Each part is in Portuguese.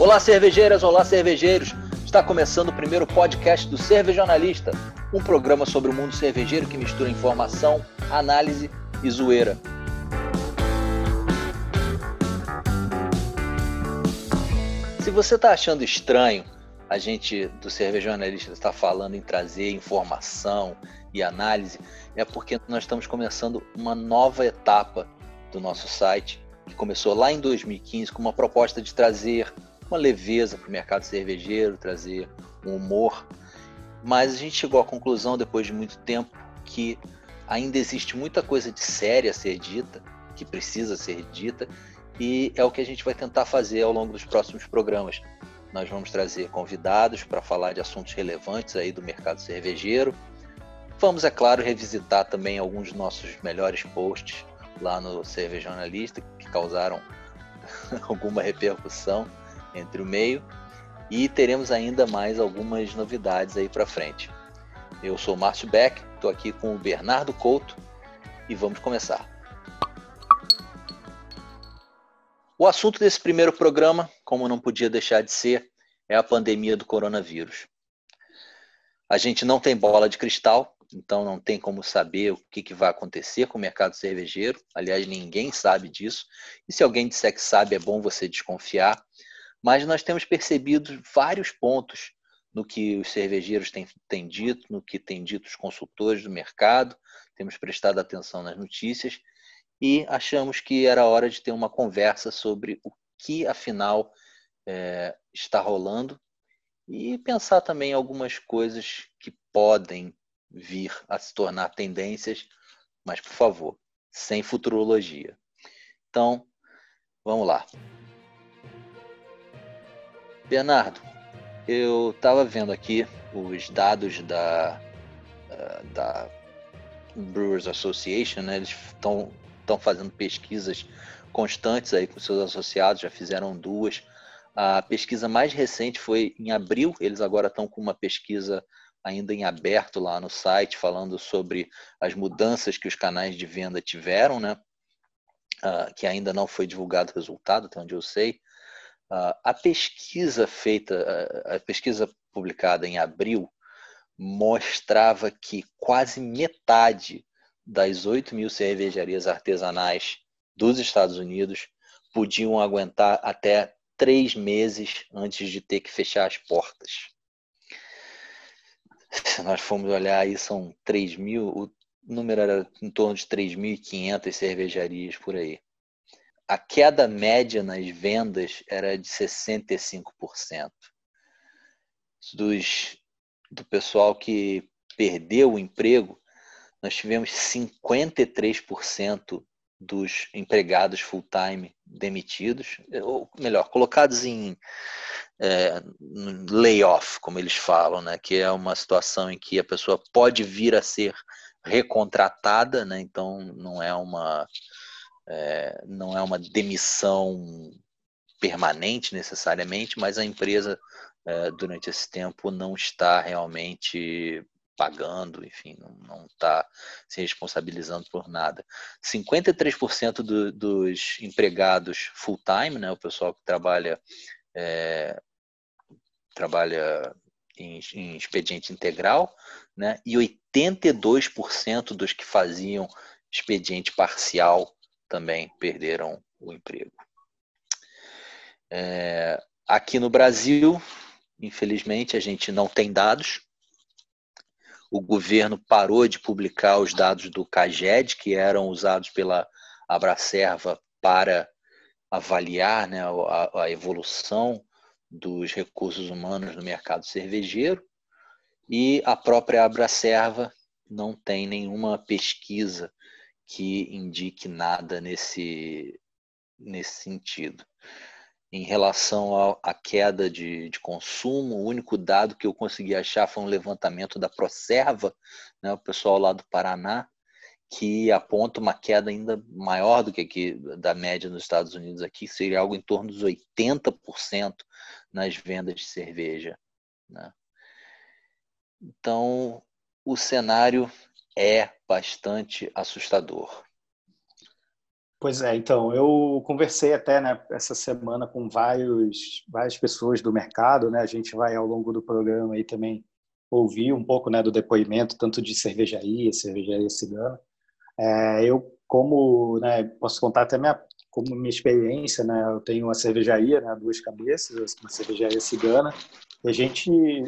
Olá, cervejeiras, olá, cervejeiros. Está começando o primeiro podcast do Cervejonalista, um programa sobre o mundo cervejeiro que mistura informação, análise e zoeira. Se você está achando estranho a gente do Cervejonalista estar falando em trazer informação e análise, é porque nós estamos começando uma nova etapa do nosso site, que começou lá em 2015 com uma proposta de trazer uma leveza para o mercado cervejeiro, trazer um humor, mas a gente chegou à conclusão, depois de muito tempo, que ainda existe muita coisa de séria a ser dita, que precisa ser dita, e é o que a gente vai tentar fazer ao longo dos próximos programas. Nós vamos trazer convidados para falar de assuntos relevantes aí do mercado cervejeiro. Vamos, é claro, revisitar também alguns dos nossos melhores posts lá no Cervejonalista, que causaram alguma repercussão entre o meio, e teremos ainda mais algumas novidades aí para frente. Eu sou o Márcio Beck, estou aqui com o Bernardo Couto e vamos começar. O assunto desse primeiro programa, como não podia deixar de ser, é a pandemia do coronavírus. A gente não tem bola de cristal, então não tem como saber o que vai acontecer com o mercado cervejeiro. Aliás, ninguém sabe disso. E se alguém disser que sabe, é bom você desconfiar. Mas nós temos percebido vários pontos no que os cervejeiros têm dito, no que têm dito os consultores do mercado, temos prestado atenção nas notícias e achamos que era hora de ter uma conversa sobre o que, afinal, está rolando e pensar também em algumas coisas que podem vir a se tornar tendências, mas, por favor, sem futurologia. Então, vamos lá. Bernardo, eu estava vendo aqui os dados da Brewers Association, né? Eles estão fazendo pesquisas constantes aí com seus associados, já fizeram 2. A pesquisa mais recente foi em abril, eles agora estão com uma pesquisa ainda em aberto lá no site, falando sobre as mudanças que os canais de venda tiveram, né? Que ainda não foi divulgado o resultado, até onde eu sei. A pesquisa publicada em abril mostrava que quase metade das 8.000 cervejarias artesanais dos Estados Unidos podiam aguentar até 3 meses antes de ter que fechar as portas. Se nós formos olhar aí, são 3.000, o número era em torno de 3.500 cervejarias por aí. A queda média nas vendas era de 65%. Do pessoal que perdeu o emprego, nós tivemos 53% dos empregados full-time demitidos, ou melhor, colocados em layoff, como eles falam, né? Que é uma situação em que a pessoa pode vir a ser recontratada, né? Então não é uma demissão permanente necessariamente, mas a empresa durante esse tempo não está realmente pagando, enfim, não está se responsabilizando por nada. 53% dos empregados full-time, né, o pessoal que trabalha em expediente integral, né, e 82% dos que faziam expediente parcial também perderam o emprego. Aqui no Brasil, infelizmente, a gente não tem dados. O governo parou de publicar os dados do CAGED, que eram usados pela Abracerva para avaliar, né, a evolução dos recursos humanos no mercado cervejeiro. E a própria Abracerva não tem nenhuma pesquisa que indique nada nesse sentido. Em relação à queda de consumo, o único dado que eu consegui achar foi um levantamento da Procerva, né, o pessoal lá do Paraná, que aponta uma queda ainda maior do que aqui, da média nos Estados Unidos aqui, seria algo em torno dos 80% nas vendas de cerveja, né? Então, o cenário é bastante assustador. Pois é, então, eu conversei até, né, essa semana com várias pessoas do mercado, né? A gente vai, ao longo do programa aí também ouvir um pouco, né, do depoimento, tanto de cervejaria cigana. Eu, como, né, posso contar até como minha experiência, né? Eu tenho uma cervejaria, né, Duas Cabeças, uma cervejaria cigana, e a gente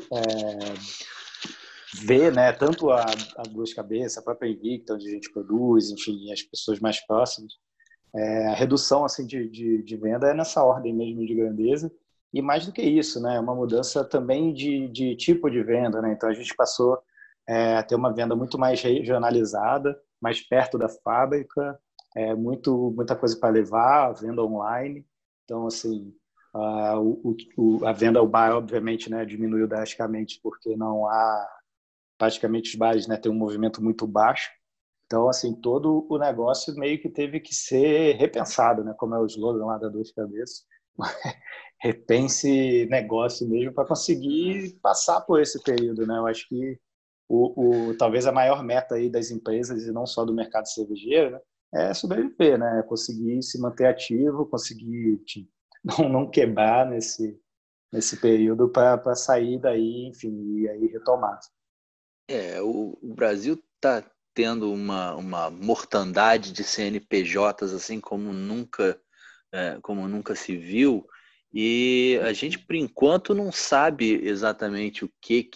vê, né, tanto a Duas Cabeças, a própria Invicta, onde a gente produz, enfim, as pessoas mais próximas, a redução assim de venda é nessa ordem mesmo de grandeza. E mais do que isso, né, uma mudança também de tipo de venda, né? Então a gente passou a ter uma venda muito mais regionalizada, mais perto da fábrica, muita coisa para levar, venda online. Então assim, a venda ao bar obviamente, né, diminuiu drasticamente porque não há praticamente os bares, né, tem um movimento muito baixo. Então, assim, todo o negócio meio que teve que ser repensado, né? Como é o slogan lá da Duas Cabeças. Repense negócio mesmo para conseguir passar por esse período, né? Eu acho que talvez a maior meta aí das empresas, e não só do mercado cervejeiro, né, é sobreviver, né? É conseguir se manter ativo, conseguir não quebrar nesse período para sair daí, enfim, e aí retomar. O Brasil está tendo uma mortandade de CNPJs assim como nunca se viu, e a gente, por enquanto, não sabe exatamente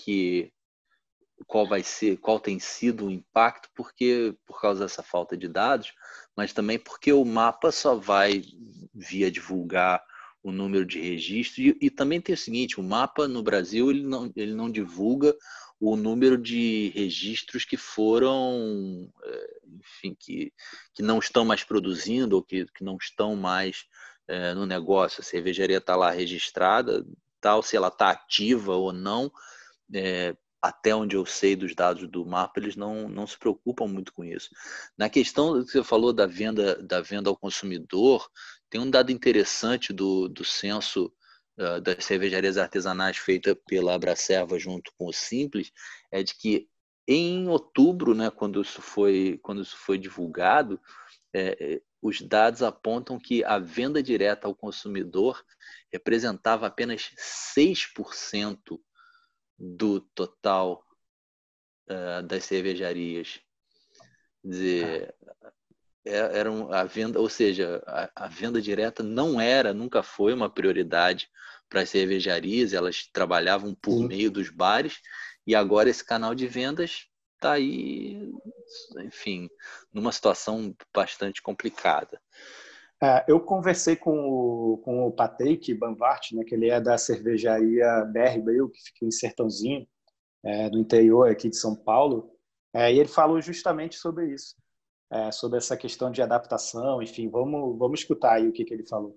qual tem sido o impacto, porque por causa dessa falta de dados, mas também porque o mapa só vai via divulgar o número de registros, e também tem o seguinte: o mapa no Brasil ele não divulga o número de registros que foram, enfim, que não estão mais produzindo ou que não estão mais no negócio. A cervejaria está lá registrada, tal, se ela está ativa ou não, até onde eu sei dos dados do mapa, eles não se preocupam muito com isso. Na questão que você falou da venda ao consumidor, tem um dado interessante do censo das cervejarias artesanais feita pela Abracerva junto com o Simples, é de que em outubro, né, quando isso foi divulgado, os dados apontam que a venda direta ao consumidor representava apenas 6% do total das cervejarias. Quer dizer, a venda, ou seja, a venda direta nunca foi uma prioridade para as cervejarias, elas trabalhavam por Sim. meio dos bares, e agora esse canal de vendas está aí, enfim, numa situação bastante complicada. Eu conversei com o Patrick Banvart, né, que ele é da cervejaria BR Bril, que fica em Sertãozinho, do interior aqui de São Paulo, e ele falou justamente sobre isso, sobre essa questão de adaptação, enfim, vamos escutar aí o que ele falou.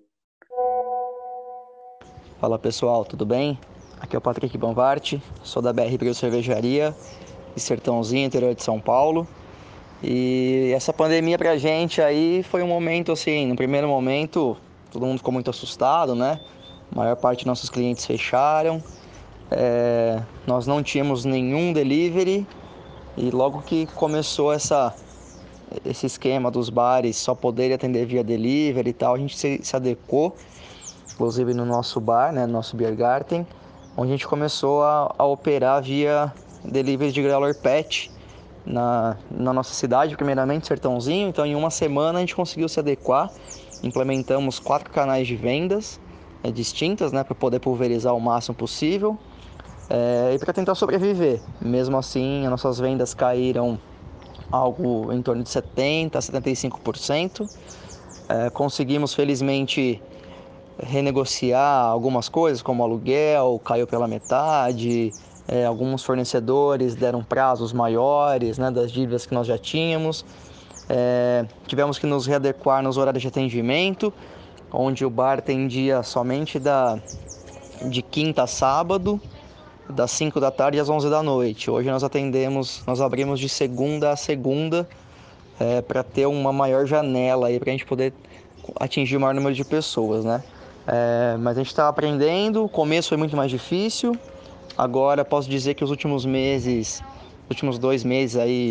Fala pessoal, tudo bem? Aqui é o Patrick Banvart, sou da BR Bril Cervejaria, de Sertãozinho, interior de São Paulo. E essa pandemia pra gente aí foi um momento assim, no primeiro momento todo mundo ficou muito assustado, né? A maior parte dos nossos clientes fecharam, nós não tínhamos nenhum delivery e logo que começou esse esquema dos bares só poderem atender via delivery e tal, a gente se adequou, inclusive no nosso bar, né, no nosso Biergarten, onde a gente começou a operar via delivery de growler pet, na nossa cidade, primeiramente, Sertãozinho. Então, em uma semana, a gente conseguiu se adequar. Implementamos 4 canais de vendas distintas, né, para poder pulverizar o máximo possível e para tentar sobreviver. Mesmo assim, as nossas vendas caíram algo em torno de 70% a 75%. Conseguimos, felizmente, renegociar algumas coisas, como aluguel, caiu pela metade. Alguns fornecedores deram prazos maiores, né, das dívidas que nós já tínhamos. Tivemos que nos readequar nos horários de atendimento, onde o bar atendia somente de quinta a sábado, das 5 da tarde às 11 da noite. Hoje nós abrimos de segunda a segunda, para ter uma maior janela aí, para a gente poder atingir o maior número de pessoas, né? Mas a gente está aprendendo, o começo foi muito mais difícil. Agora posso dizer que os últimos 2 meses aí,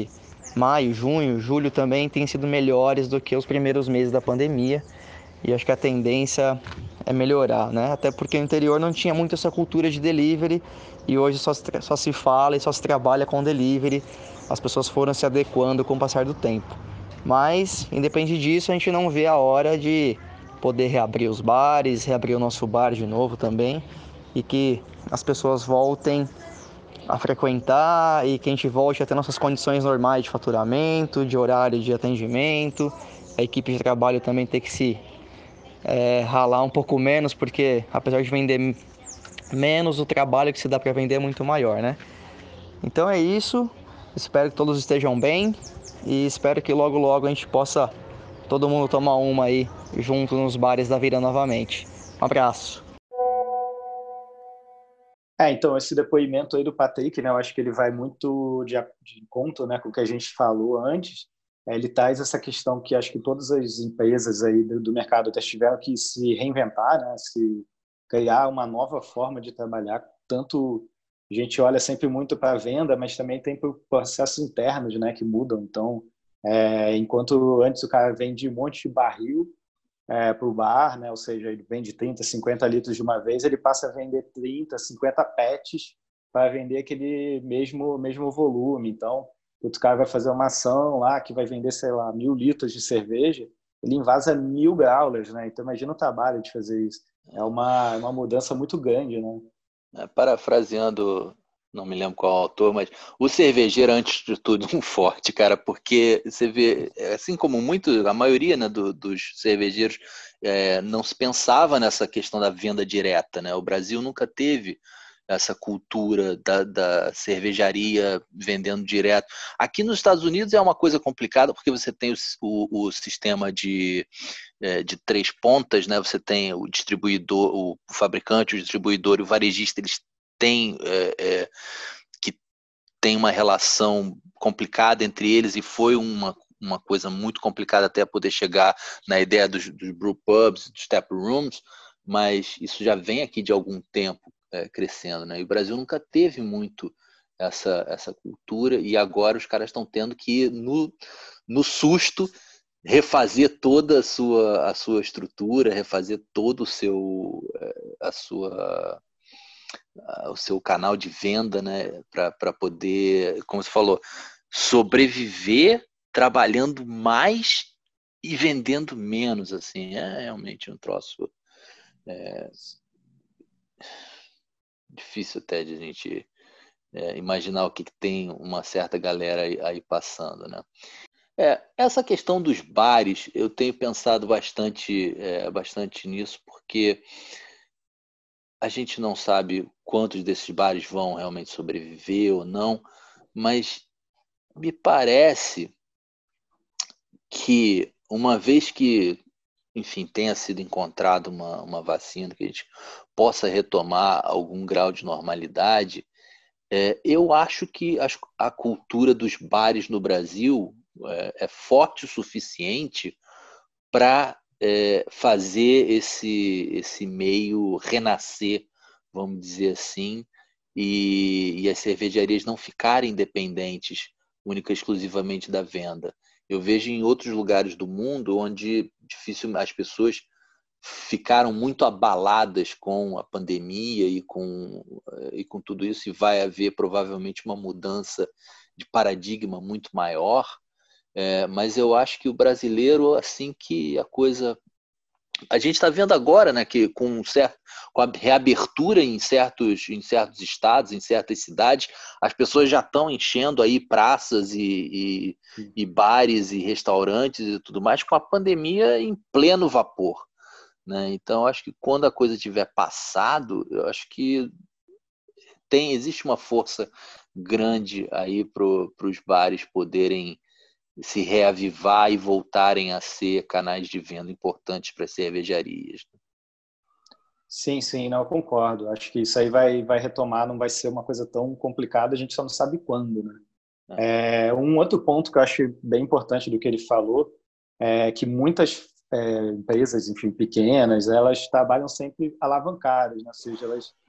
maio, junho, julho também têm sido melhores do que os primeiros meses da pandemia. E acho que a tendência é melhorar, né? Até porque no interior não tinha muito essa cultura de delivery e hoje só se fala e só se trabalha com delivery. As pessoas foram se adequando com o passar do tempo. Mas, independente disso, a gente não vê a hora de poder reabrir os bares, reabrir o nosso bar de novo também e que as pessoas voltem a frequentar e que a gente volte a ter nossas condições normais de faturamento, de horário de atendimento, a equipe de trabalho também ter que se ralar um pouco menos, porque apesar de vender menos, o trabalho que se dá para vender é muito maior, né? Então é isso, espero que todos estejam bem e espero que logo logo a gente possa todo mundo tomar uma aí junto nos bares da vida novamente. Um abraço. Então, esse depoimento aí do Patrick, né, eu acho que ele vai muito de encontro, né, com o que a gente falou antes. Ele traz essa questão que acho que todas as empresas aí do mercado tiveram que se reinventar, né, se criar uma nova forma de trabalhar. Tanto a gente olha sempre muito para a venda, mas também tem processos internos, né, que mudam. Então, enquanto antes o cara vende um monte de barril para o bar, né? Ou seja, ele vende 30, 50 litros de uma vez, ele passa a vender 30, 50 pets para vender aquele mesmo volume. Então, o cara vai fazer uma ação lá que vai vender, sei lá, 1.000 litros de cerveja, ele invasa 1.000 growlers, né? Então, imagina o trabalho de fazer isso. É uma mudança muito grande, né? Parafraseando, não me lembro qual autor, mas o cervejeiro, antes de tudo, um forte, cara, porque você vê, assim como muito, a maioria, né, dos cervejeiros não se pensava nessa questão da venda direta, né? O Brasil nunca teve essa cultura da cervejaria vendendo direto. Aqui nos Estados Unidos é uma coisa complicada, porque você tem o sistema de três pontas, né? Você tem o distribuidor, o fabricante, o distribuidor e o varejista, eles têm que tem uma relação complicada entre eles e foi uma coisa muito complicada até poder chegar na ideia dos brew pubs, dos tap rooms, mas isso já vem aqui de algum tempo crescendo, né? E o Brasil nunca teve muito essa cultura e agora os caras estão tendo que no susto refazer toda a sua estrutura, refazer todo o seu canal de venda, né, para poder, como você falou, sobreviver trabalhando mais e vendendo menos, assim, é realmente um troço difícil até de a gente imaginar o que tem uma certa galera aí passando, né? Essa questão dos bares, eu tenho pensado bastante nisso, porque a gente não sabe quantos desses bares vão realmente sobreviver ou não, mas me parece que uma vez que, enfim, tenha sido encontrada uma vacina, que a gente possa retomar algum grau de normalidade, eu acho que a cultura dos bares no Brasil é forte o suficiente para fazer esse meio renascer, vamos dizer assim, e as cervejarias não ficarem dependentes única e exclusivamente da venda. Eu vejo em outros lugares do mundo onde difícil as pessoas ficaram muito abaladas com a pandemia e com tudo isso, e vai haver provavelmente uma mudança de paradigma muito maior. Mas eu acho que o brasileiro, assim que a coisa. A gente está vendo agora, né, que com a reabertura em certos estados, em certas cidades, as pessoas já estão enchendo aí praças e bares e restaurantes e tudo mais, com a pandemia em pleno vapor, né? Então, acho que quando a coisa tiver passado, eu acho que existe uma força grande aí para os bares poderem se reavivar e voltarem a ser canais de venda importantes para as cervejarias. Sim, sim, não, eu concordo. Acho que isso aí vai retomar, não vai ser uma coisa tão complicada, a gente só não sabe quando, né? Um outro ponto que eu acho bem importante do que ele falou é que muitas empresas, enfim, pequenas, elas trabalham sempre alavancadas, né? Ou seja, elas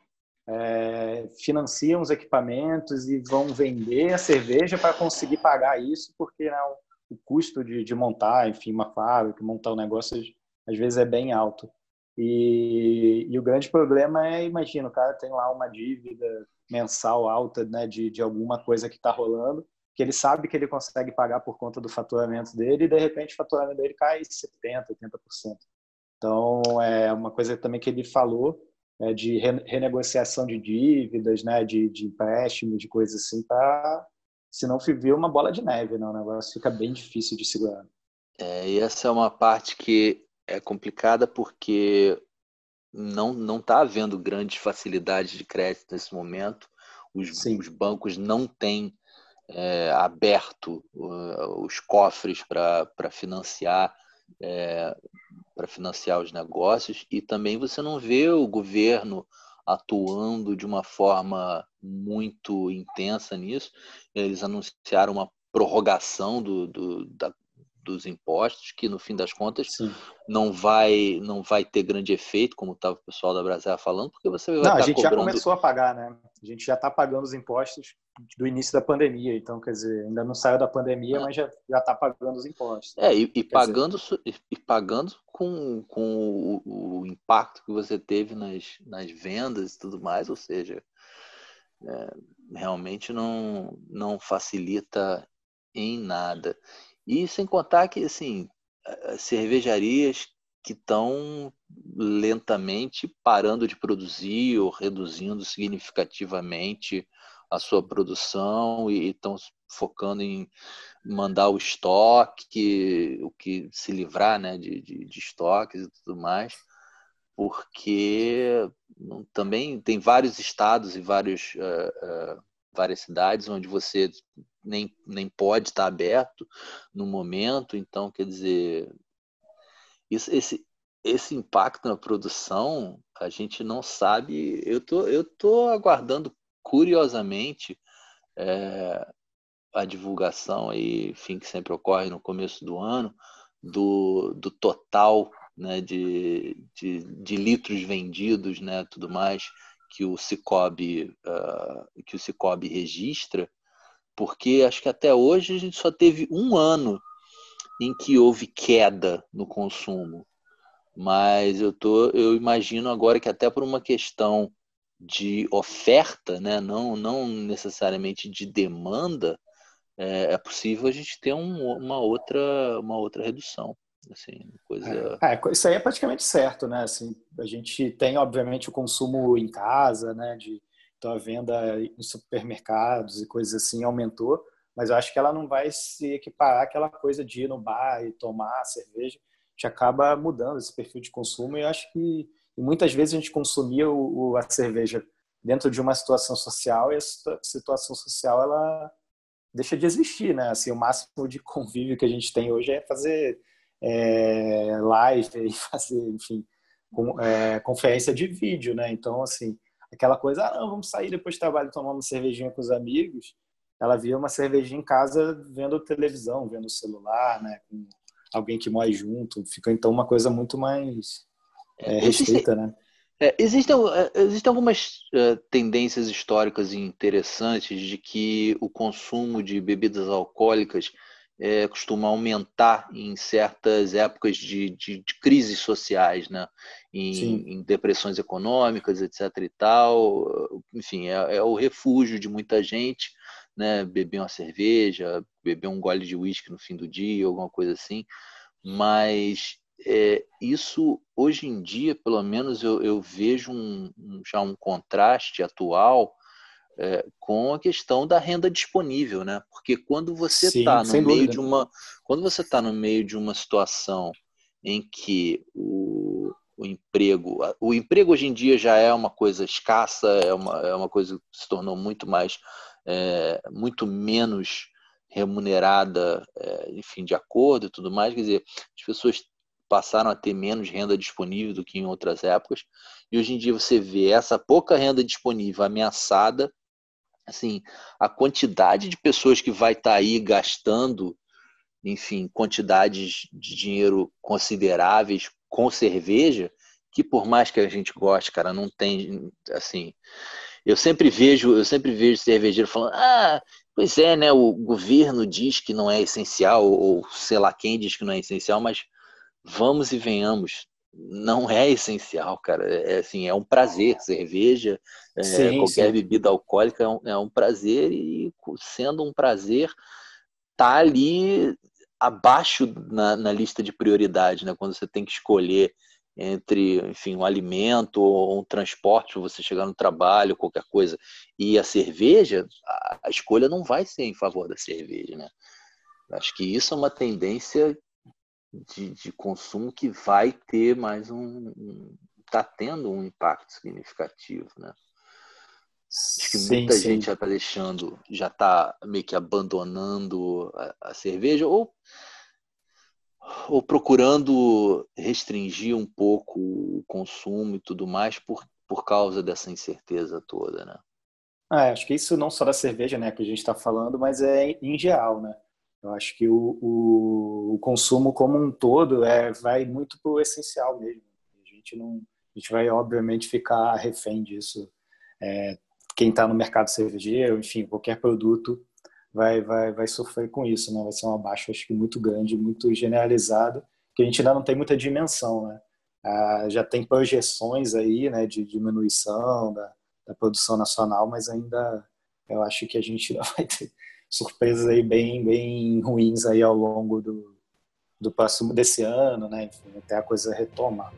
financiam os equipamentos e vão vender a cerveja para conseguir pagar isso, porque o custo de montar, enfim, uma fábrica, montar um negócio, às vezes é bem alto. E o grande problema imagina, o cara tem lá uma dívida mensal alta, né, de alguma coisa que está rolando, que ele sabe que ele consegue pagar por conta do faturamento dele, e de repente o faturamento dele cai 70%, 80%. Então, é uma coisa também que ele falou, de renegociação de dívidas, né, de empréstimos, de coisas assim, para se não vir uma bola de neve, né, o negócio fica bem difícil de segurar. E essa é uma parte que é complicada porque não está havendo grandes facilidades de crédito nesse momento. Os bancos não têm aberto os cofres para financiar os negócios, e também você não vê o governo atuando de uma forma muito intensa nisso. Eles anunciaram uma prorrogação dos impostos, que no fim das contas não vai ter grande efeito, como estava o pessoal da Brasília falando, porque você vai estar a gente cobrando... já começou a pagar, né? A gente já está pagando os impostos do início da pandemia, então, quer dizer, ainda não saiu da pandemia, mas já está pagando os impostos. Pagando com o impacto que você teve nas vendas e tudo mais, ou seja, realmente não facilita em nada. E sem contar que, assim, as cervejarias que estão lentamente parando de produzir ou reduzindo significativamente a sua produção e estão focando em mandar o estoque, o que se livrar, né, de estoques e tudo mais, porque também tem vários estados e várias cidades onde você nem pode estar aberto no momento. Então, quer dizer, esse impacto na produção, a gente não sabe. Eu tô aguardando curiosamente a divulgação aí, enfim, que sempre ocorre no começo do ano, do total, né, de litros vendidos, né, tudo mais, que o Sicoob registra, porque acho que até hoje a gente só teve um ano em que houve queda no consumo. Mas eu imagino agora que até por uma questão de oferta, né, não necessariamente de demanda, é possível a gente ter uma outra redução. Assim, coisa... Isso aí é praticamente certo, né? Assim, a gente tem, obviamente, o consumo em casa, né? Então, a venda em supermercados e coisas assim aumentou, mas eu acho que ela não vai se equiparar àquela coisa de ir no bar e tomar cerveja. A gente acaba mudando esse perfil de consumo, e eu acho que muitas vezes a gente consumia a cerveja dentro de uma situação social, e a situação social ela deixa de existir, né? Assim, o máximo de convívio que a gente tem hoje é fazer live e fazer, enfim, conferência de vídeo, né? Então, assim, aquela coisa, não, vamos sair depois do trabalho tomar uma cervejinha com os amigos, ela via uma cervejinha em casa vendo televisão, vendo o celular, né? Com alguém que mora junto, fica então uma coisa muito mais restrita, né? Existem algumas tendências históricas interessantes de que o consumo de bebidas alcoólicas costuma aumentar em certas épocas de crises sociais, né? Em depressões econômicas, etc. e tal. Enfim, é o refúgio de muita gente, né? Beber uma cerveja, beber um gole de uísque no fim do dia, alguma coisa assim. Mas isso, hoje em dia, pelo menos, eu vejo já um contraste atual com a questão da renda disponível, né? Porque quando você está no meio no meio de uma situação em que o emprego hoje em dia já é uma coisa escassa, é uma coisa que se tornou muito menos remunerada, enfim, de acordo e tudo mais. Quer dizer, as pessoas passaram a ter menos renda disponível do que em outras épocas, e hoje em dia você vê essa pouca renda disponível ameaçada. Assim, a quantidade de pessoas que vai estar aí gastando, enfim, quantidades de dinheiro consideráveis com cerveja, que por mais que a gente goste, cara, não tem, assim, eu sempre vejo cervejeiro falando, pois é, né, o governo diz que não é essencial, ou sei lá quem diz que não é essencial, mas vamos e venhamos, não é essencial, cara. Assim, é um prazer. Cerveja, Sim, qualquer sim. bebida alcoólica é um prazer, e sendo um prazer, tá ali abaixo na lista de prioridade, né? Quando você tem que escolher entre, enfim, um alimento ou um transporte para você chegar no trabalho, qualquer coisa, e a cerveja, a escolha não vai ser em favor da cerveja, né? Acho que isso é uma tendência de consumo que vai ter mais tá tendo um impacto significativo, né? Acho que Sim, muita gente sim. já está deixando, já está meio que abandonando a cerveja, ou procurando restringir um pouco o consumo e tudo mais por causa dessa incerteza toda, né? Acho que isso não só da cerveja, né, que a gente está falando, mas é em geral, né? Eu acho que o consumo como um todo vai muito pro essencial mesmo. A gente não, a gente vai obviamente ficar refém disso. É, quem está no mercado cervejeiro, enfim, qualquer produto vai sofrer com isso, né? Vai ser uma baixa, acho que muito grande, muito generalizada, que a gente ainda não tem muita dimensão, né? Já tem projeções aí, né, de diminuição da produção nacional, mas ainda eu acho que a gente vai ter surpresas aí bem ruins aí ao longo do próximo desse ano, né? Enfim, até a coisa retomar.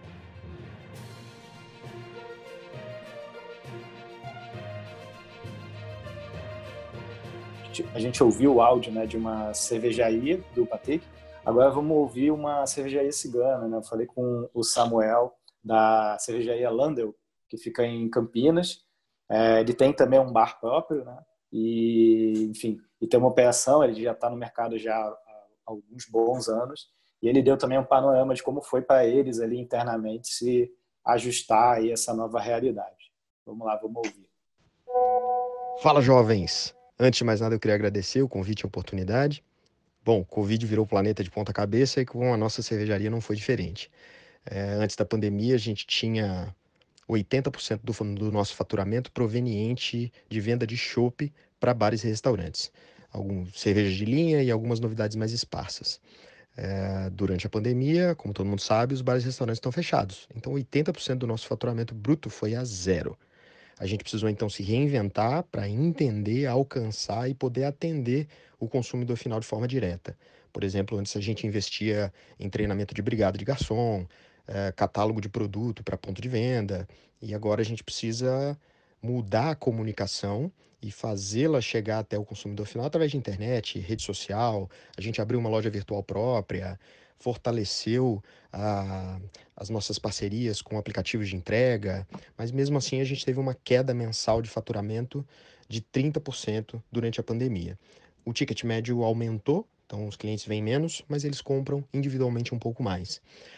A gente ouviu o áudio, né, de uma cervejaria do Patrick. Agora vamos ouvir uma cervejaria cigana, né? Eu falei com o Samuel da cervejaria Landel, que fica em Campinas. Ele tem também um bar próprio, né? E, enfim, e tem uma operação. Ele já está no mercado já há alguns bons anos. E ele deu também um panorama de como foi para eles ali internamente se ajustar a essa nova realidade. Vamos lá, vamos ouvir. Fala, jovens! Antes de mais nada, eu queria agradecer o convite e a oportunidade. Bom, o Covid virou o planeta de ponta cabeça e com a nossa cervejaria não foi diferente. Antes da pandemia, a gente tinha 80% do nosso faturamento proveniente de venda de chopp para bares e restaurantes. Algumas cervejas de linha e algumas novidades mais esparsas. Durante a pandemia, como todo mundo sabe, os bares e restaurantes estão fechados. Então, 80% do nosso faturamento bruto foi a zero. A gente precisou então se reinventar para entender, alcançar e poder atender o consumidor final de forma direta. Por exemplo, antes a gente investia em treinamento de brigada de garçom, catálogo de produto para ponto de venda, e agora a gente precisa mudar a comunicação e fazê-la chegar até o consumidor final através de internet, rede social. A gente abriu uma loja virtual própria, fortaleceu a, as nossas parcerias com aplicativos de entrega, mas mesmo assim a gente teve uma queda mensal de faturamento de 30% durante a pandemia. O ticket médio aumentou, então os clientes vêm menos, mas eles compram individualmente um pouco mais.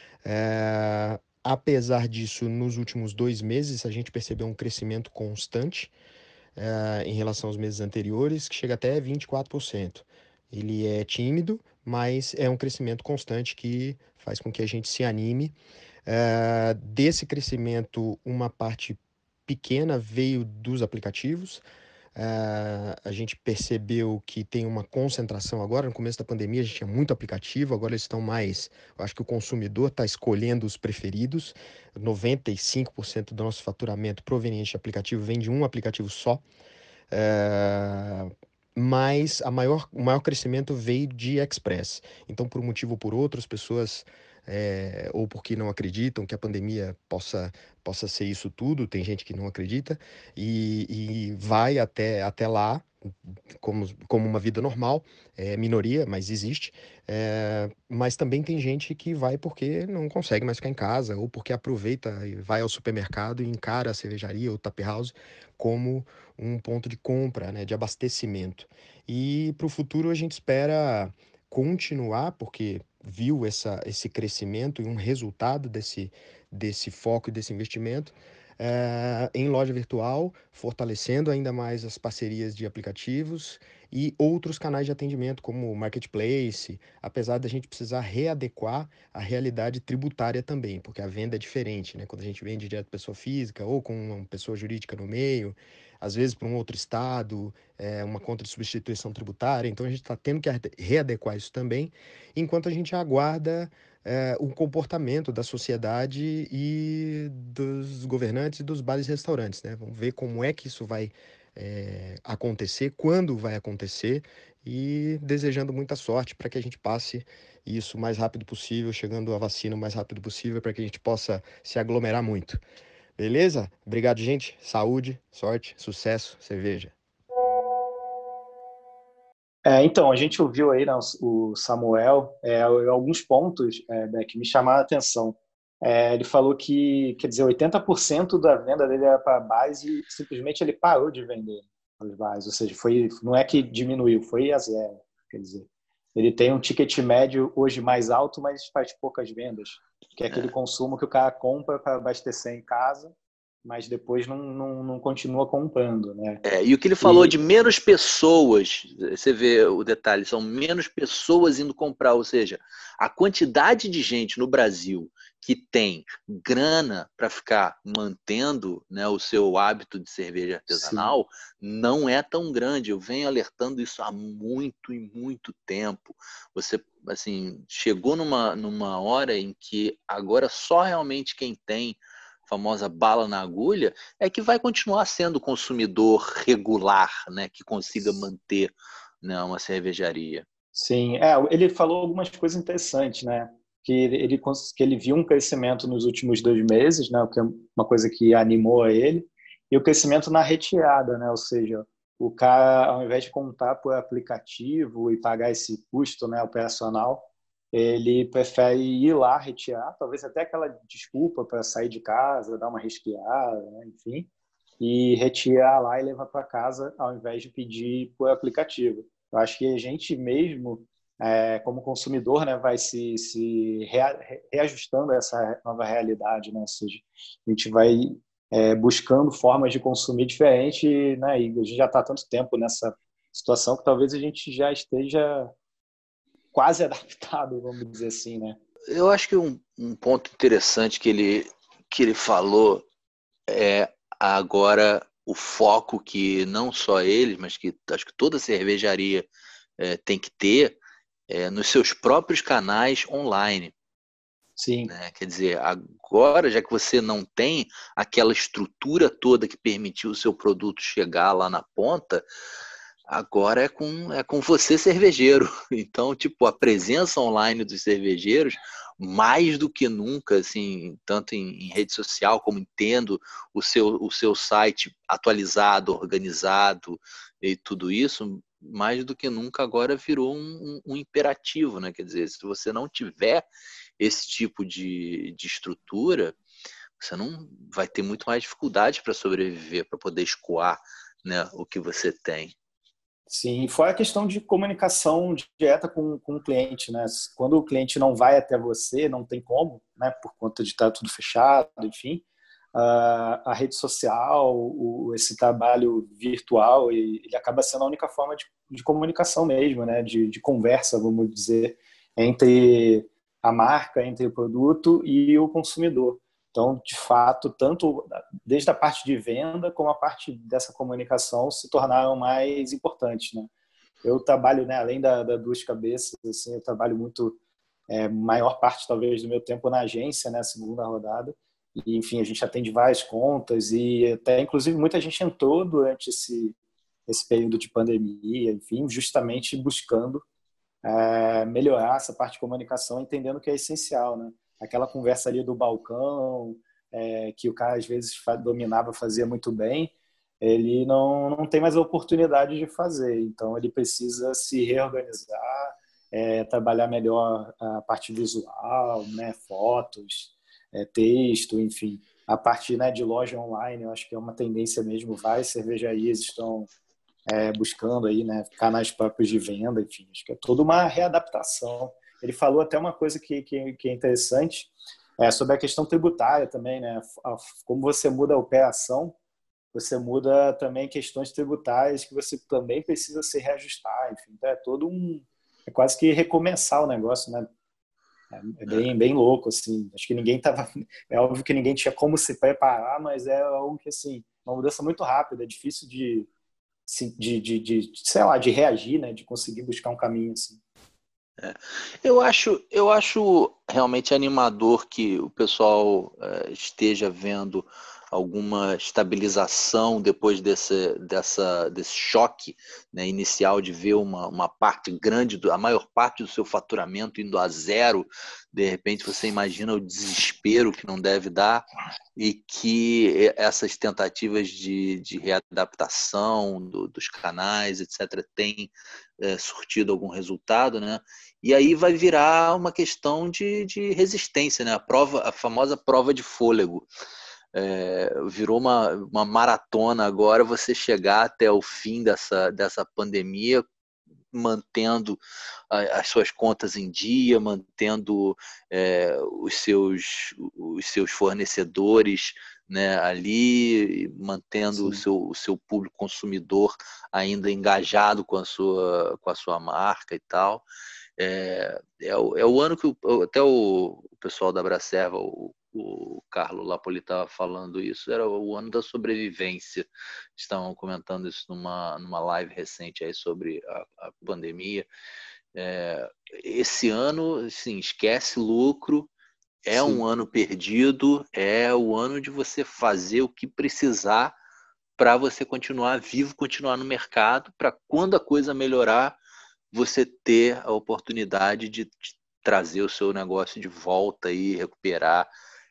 Apesar disso, nos últimos 2 meses a gente percebeu um crescimento constante em relação aos meses anteriores, que chega até 24%. Ele é tímido, mas é um crescimento constante que faz com que a gente se anime. Desse crescimento, uma parte pequena veio dos aplicativos. A gente percebeu que tem uma concentração agora. No começo da pandemia, a gente tinha muito aplicativo, agora eles estão mais. Eu acho que o consumidor está escolhendo os preferidos. 95% do nosso faturamento proveniente de aplicativo vem de um aplicativo só. É, mas o maior crescimento veio de Express. Então, por um motivo ou por outro, as pessoas, ou porque não acreditam que a pandemia possa ser isso tudo, tem gente que não acredita, e vai até lá, como uma vida normal, é minoria, mas existe. Mas também tem gente que vai porque não consegue mais ficar em casa, ou porque aproveita e vai ao supermercado e encara a cervejaria ou tap house como um ponto de compra, né, de abastecimento. E para o futuro a gente espera continuar, porque viu esse crescimento e um resultado desse foco e desse investimento, em loja virtual, fortalecendo ainda mais as parcerias de aplicativos e outros canais de atendimento, como o Marketplace, apesar da gente precisar readequar a realidade tributária também, porque a venda é diferente, né? Quando a gente vende direto pessoa física ou com uma pessoa jurídica no meio, às vezes para um outro estado, uma conta de substituição tributária, então a gente está tendo que readequar isso também, enquanto a gente aguarda o comportamento da sociedade e dos governantes e dos bares e restaurantes, né? Vamos ver como é que isso vai acontecer, quando vai acontecer e desejando muita sorte para que a gente passe isso o mais rápido possível, chegando a vacina o mais rápido possível para que a gente possa se aglomerar muito. Beleza? Obrigado, gente. Saúde, sorte, sucesso, cerveja. Então, a gente ouviu aí, né, o Samuel, alguns pontos que me chamaram a atenção. Ele falou que, quer dizer, 80% da venda dele era para base e simplesmente ele parou de vender os bares, ou seja, não é que diminuiu, foi a zero. Quer dizer, ele tem um ticket médio hoje mais alto, mas faz poucas vendas, que é aquele consumo que o cara compra para abastecer em casa, mas depois não continua comprando, né? E o que ele falou de menos pessoas, você vê o detalhe, são menos pessoas indo comprar, ou seja, a quantidade de gente no Brasil que tem grana para ficar mantendo, né, o seu hábito de cerveja artesanal, sim, não é tão grande. Eu venho alertando isso há muito e muito tempo. Você, assim, chegou numa hora em que agora só realmente quem tem famosa bala na agulha, é que vai continuar sendo consumidor regular, né, que consiga manter, né, uma cervejaria. Sim, ele falou algumas coisas interessantes, né? Que ele viu um crescimento nos últimos 2 meses, né? O que é uma coisa que animou a ele, e o crescimento na retirada, né? Ou seja, o cara, ao invés de contar por aplicativo e pagar esse custo, né, operacional, ele prefere ir lá retirar, talvez até aquela desculpa para sair de casa, dar uma respirada, né? Enfim, e retirar lá e levar para casa, ao invés de pedir por aplicativo. Eu acho que a gente mesmo, como consumidor, né, vai se reajustando a essa nova realidade, né? Ou seja, a gente vai buscando formas de consumir diferente, né? E a gente já está há tanto tempo nessa situação que talvez a gente já esteja quase adaptado, vamos dizer assim, né? Eu acho que um ponto interessante que ele falou é agora o foco que não só eles, mas que acho que toda cervejaria tem que ter nos seus próprios canais online. Sim. Né? Quer dizer, agora, já que você não tem aquela estrutura toda que permitiu o seu produto chegar lá na ponta, agora é com você, cervejeiro. Então, tipo, a presença online dos cervejeiros, mais do que nunca, assim, tanto em rede social, como tendo o seu site atualizado, organizado e tudo isso, mais do que nunca agora virou um imperativo, né? Quer dizer, se você não tiver esse tipo de estrutura, você não vai ter muito mais dificuldade para sobreviver, para poder escoar, né, o que você tem. Sim, fora a questão de comunicação direta com o cliente, né? Quando o cliente não vai até você, não tem como, né? Por conta de estar tudo fechado, enfim, a rede social, esse trabalho virtual, ele acaba sendo a única forma de comunicação mesmo, né? De conversa, vamos dizer, entre a marca, entre o produto e o consumidor. Então, de fato, tanto desde a parte de venda como a parte dessa comunicação se tornaram mais importantes, né? Eu trabalho, né, além da Duas Cabeças, assim, eu trabalho muito, maior parte talvez do meu tempo na agência, né, segunda rodada. E, enfim, a gente atende várias contas e até, inclusive, muita gente entrou durante esse período de pandemia, enfim, justamente buscando melhorar essa parte de comunicação, entendendo que é essencial, né? Aquela conversa ali do balcão, que o cara às vezes dominava, fazia muito bem, ele não tem mais a oportunidade de fazer. Então, ele precisa se reorganizar, trabalhar melhor a parte visual, né? Fotos, texto, enfim. A parte, né, de loja online, eu acho que é uma tendência mesmo. Várias cervejarias estão buscando aí, né, canais próprios de venda, enfim, acho que é toda uma readaptação. Ele falou até uma coisa que é interessante, Sobre a questão tributária também, né? Como você muda a operação, você muda também questões tributárias que você também precisa se reajustar. Enfim, então é quase que recomeçar o negócio, né? É bem louco, assim. Acho que ninguém tava. É óbvio que ninguém tinha como se preparar, mas é algo que, assim, uma mudança muito rápida, é difícil sei lá, de reagir, né? De conseguir buscar um caminho, assim. Eu acho realmente animador que o pessoal esteja vendo alguma estabilização depois desse choque, né, inicial de ver uma parte grande, a maior parte do seu faturamento indo a zero. De repente você imagina o desespero que não deve dar, e que essas tentativas de readaptação dos canais, etc., têm surtido algum resultado, né? E aí vai virar uma questão de resistência, né? A famosa prova de fôlego. Virou uma maratona agora você chegar até o fim dessa pandemia, mantendo as suas contas em dia, mantendo os seus fornecedores, né, ali, mantendo o seu público consumidor ainda engajado com a sua marca e tal. O ano que até o pessoal da Abracerva, o Carlo Lapoli estava falando isso, era o ano da sobrevivência. Estavam comentando isso numa live recente aí sobre a pandemia. Esse ano, assim, esquece lucro, um ano perdido, é o ano de você fazer o que precisar para você continuar vivo, continuar no mercado, para quando a coisa melhorar, você ter a oportunidade de trazer o seu negócio de volta e recuperar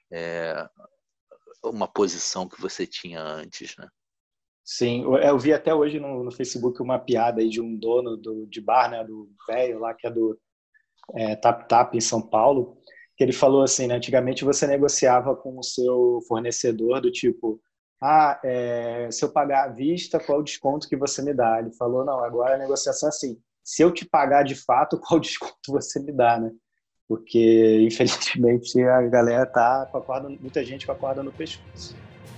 uma posição que você tinha antes, né? Sim, eu vi até hoje no Facebook uma piada aí de um dono de bar, né, do velho lá, que é do Tap Tap em São Paulo, que ele falou assim, né, antigamente você negociava com o seu fornecedor do tipo, se eu pagar à vista, qual o desconto que você me dá? Ele falou, não, agora a negociação é assim, se eu te pagar de fato, qual desconto você me dá, né? Porque, infelizmente, a galera tá com a corda, muita gente com a corda no pescoço.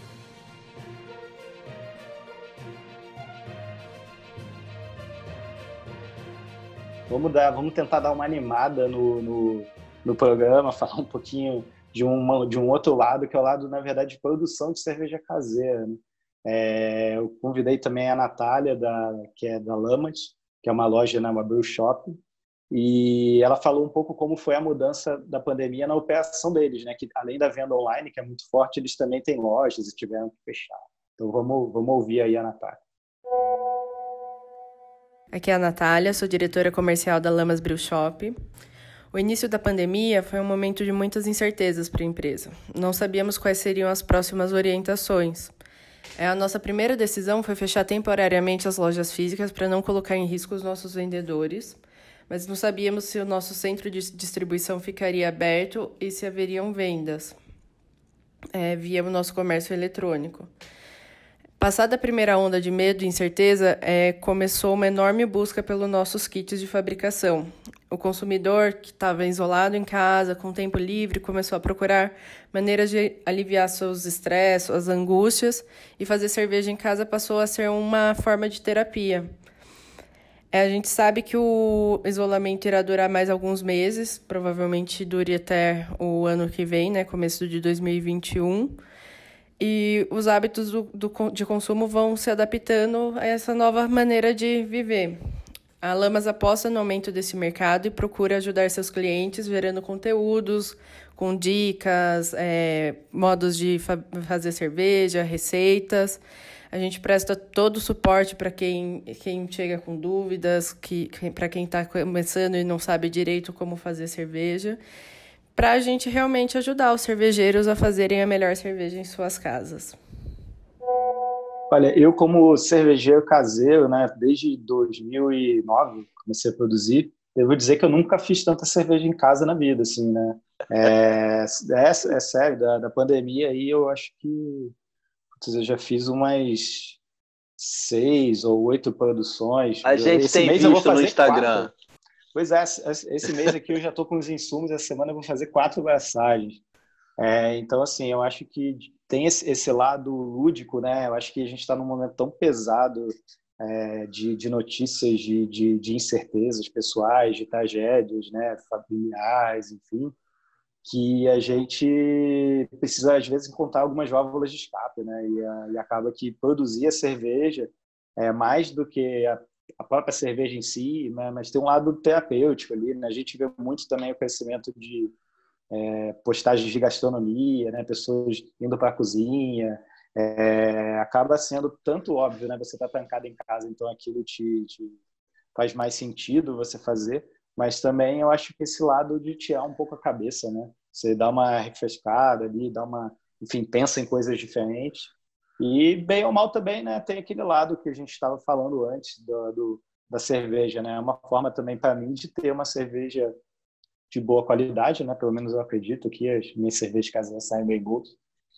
Vamos tentar dar uma animada no programa, falar um pouquinho de um outro lado, que é o lado, na verdade, de produção de cerveja caseira, né? Eu convidei também a Natália, que é da Lamas, que é uma loja, né, uma brew shop, e ela falou um pouco como foi a mudança da pandemia na operação deles, né? Que além da venda online, que é muito forte, eles também têm lojas e tiveram que fechar. Então vamos ouvir aí a Natália. Aqui é a Natália, sou diretora comercial da Lamas Brew Shop. O início da pandemia foi um momento de muitas incertezas para a empresa. Não sabíamos quais seriam as próximas orientações. A nossa primeira decisão foi fechar temporariamente as lojas físicas para não colocar em risco os nossos vendedores, mas não sabíamos se o nosso centro de distribuição ficaria aberto e se haveriam vendas via o nosso comércio eletrônico. Passada a primeira onda de medo e incerteza, começou uma enorme busca pelos nossos kits de fabricação. O consumidor que estava isolado em casa, com tempo livre, começou a procurar maneiras de aliviar seus estresses, suas angústias, e fazer cerveja em casa passou a ser uma forma de terapia. A gente sabe que o isolamento irá durar mais alguns meses, provavelmente dure até o ano que vem, né, começo de 2021. E os hábitos de consumo vão se adaptando a essa nova maneira de viver. A Lamas aposta no aumento desse mercado e procura ajudar seus clientes gerando conteúdos com dicas, modos de fazer cerveja, receitas. A gente presta todo o suporte para quem chega com dúvidas, para quem está começando e não sabe direito como fazer cerveja, para a gente realmente ajudar os cervejeiros a fazerem a melhor cerveja em suas casas. Olha, eu como cervejeiro caseiro, né, desde 2009 comecei a produzir, devo dizer que eu nunca fiz tanta cerveja em casa na vida, assim, né? É sério, da pandemia aí eu acho que eu já fiz umas 6 ou 8 produções. A gente tem visto no Instagram. 4. Pois é, esse mês aqui eu já estou com os insumos, essa semana eu vou fazer 4 braçagens. Então, assim, eu acho que tem esse lado lúdico, né? Eu acho que a gente está num momento tão pesado de notícias, de incertezas pessoais, de tragédias, né? Familiares, enfim, que a gente precisa, às vezes, encontrar algumas válvulas de escape, né? E acaba que produzir a cerveja é mais do que a própria cerveja em si, né? Mas tem um lado terapêutico ali, né? A gente vê muito também o crescimento de postagens de gastronomia, né? Pessoas indo para a cozinha. Acaba sendo tanto óbvio, né? Você está trancado em casa, então aquilo te faz mais sentido você fazer, mas também eu acho que esse lado de tirar um pouco a cabeça, né? Você dá uma refrescada ali, enfim, pensa em coisas diferentes. E bem ou mal também, né? Tem aquele lado que a gente estava falando antes da cerveja, né? É uma forma também para mim de ter uma cerveja de boa qualidade, né? Pelo menos eu acredito que as minhas cervejas caseiras saem bem boas.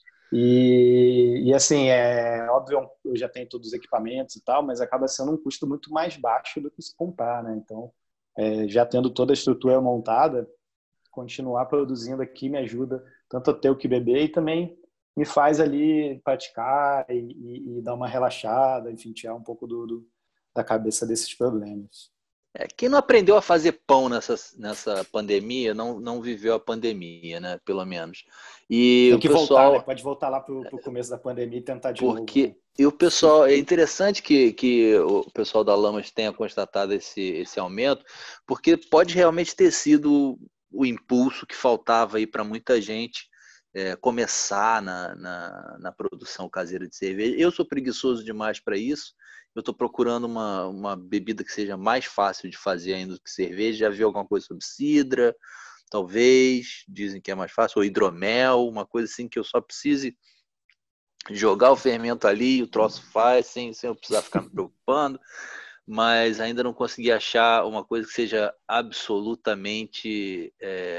E assim, é óbvio, eu já tenho todos os equipamentos e tal, mas acaba sendo um custo muito mais baixo do que se comprar, né? Então, já tendo toda a estrutura montada, continuar produzindo aqui me ajuda tanto a ter o que beber e também me faz ali praticar e dar uma relaxada, enfim, tirar um pouco da cabeça desses problemas. Quem não aprendeu a fazer pão nessa pandemia não viveu a pandemia, né? Pelo menos. E Tem o que voltar, né? pessoal, Pode voltar lá pro começo da pandemia e tentar de novo, né? porque e o pessoal é interessante que o pessoal da Lamas tenha constatado esse aumento, porque pode realmente ter sido o impulso que faltava aí para muita gente começar na produção caseira de cerveja. Eu sou preguiçoso demais para isso. Eu estou procurando uma bebida que seja mais fácil de fazer ainda do que cerveja. Já vi alguma coisa sobre cidra, talvez. Dizem que é mais fácil. Ou hidromel, uma coisa assim que eu só precise jogar o fermento ali, o troço faz, sem eu precisar ficar me preocupando. Mas ainda não consegui achar uma coisa que seja absolutamente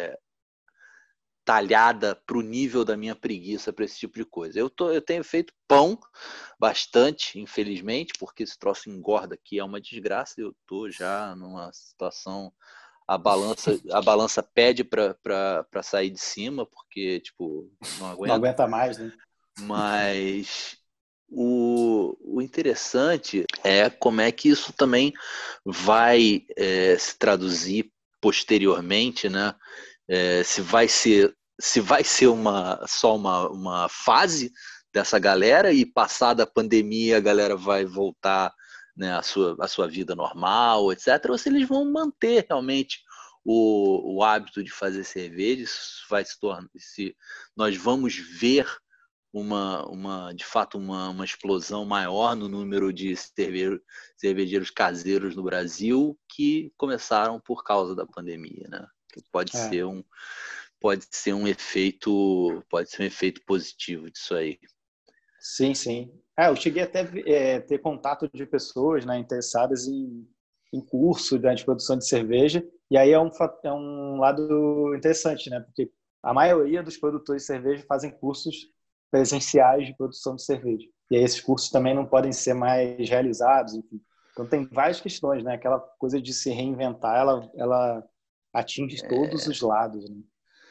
talhada para o nível da minha preguiça para esse tipo de coisa. Eu tenho feito pão bastante, infelizmente, porque esse troço engorda aqui, é uma desgraça. Eu estou já numa situação, a balança pede para sair de cima, porque tipo não Não aguento. aguenta mais, né? Mas o interessante é como é que isso também vai se traduzir posteriormente, né? Se vai ser só uma fase dessa galera e passada a pandemia a galera vai voltar, né, a sua vida normal, etc. Ou se eles vão manter realmente o hábito de fazer cerveja, isso vai se tornar, se nós vamos ver de fato uma explosão maior no número de cervejeiros caseiros no Brasil que começaram por causa da pandemia, né? Que pode ser um efeito positivo disso aí. Sim, sim. Eu cheguei até ter contato de pessoas, né, interessadas em curso, né, de produção de cerveja, e aí é um lado interessante, né, porque a maioria dos produtores de cerveja fazem cursos presenciais de produção de cerveja. E aí esses cursos também não podem ser mais realizados, enfim. Então tem várias questões, né? Aquela coisa de se reinventar, ela atinge todos os lados, né?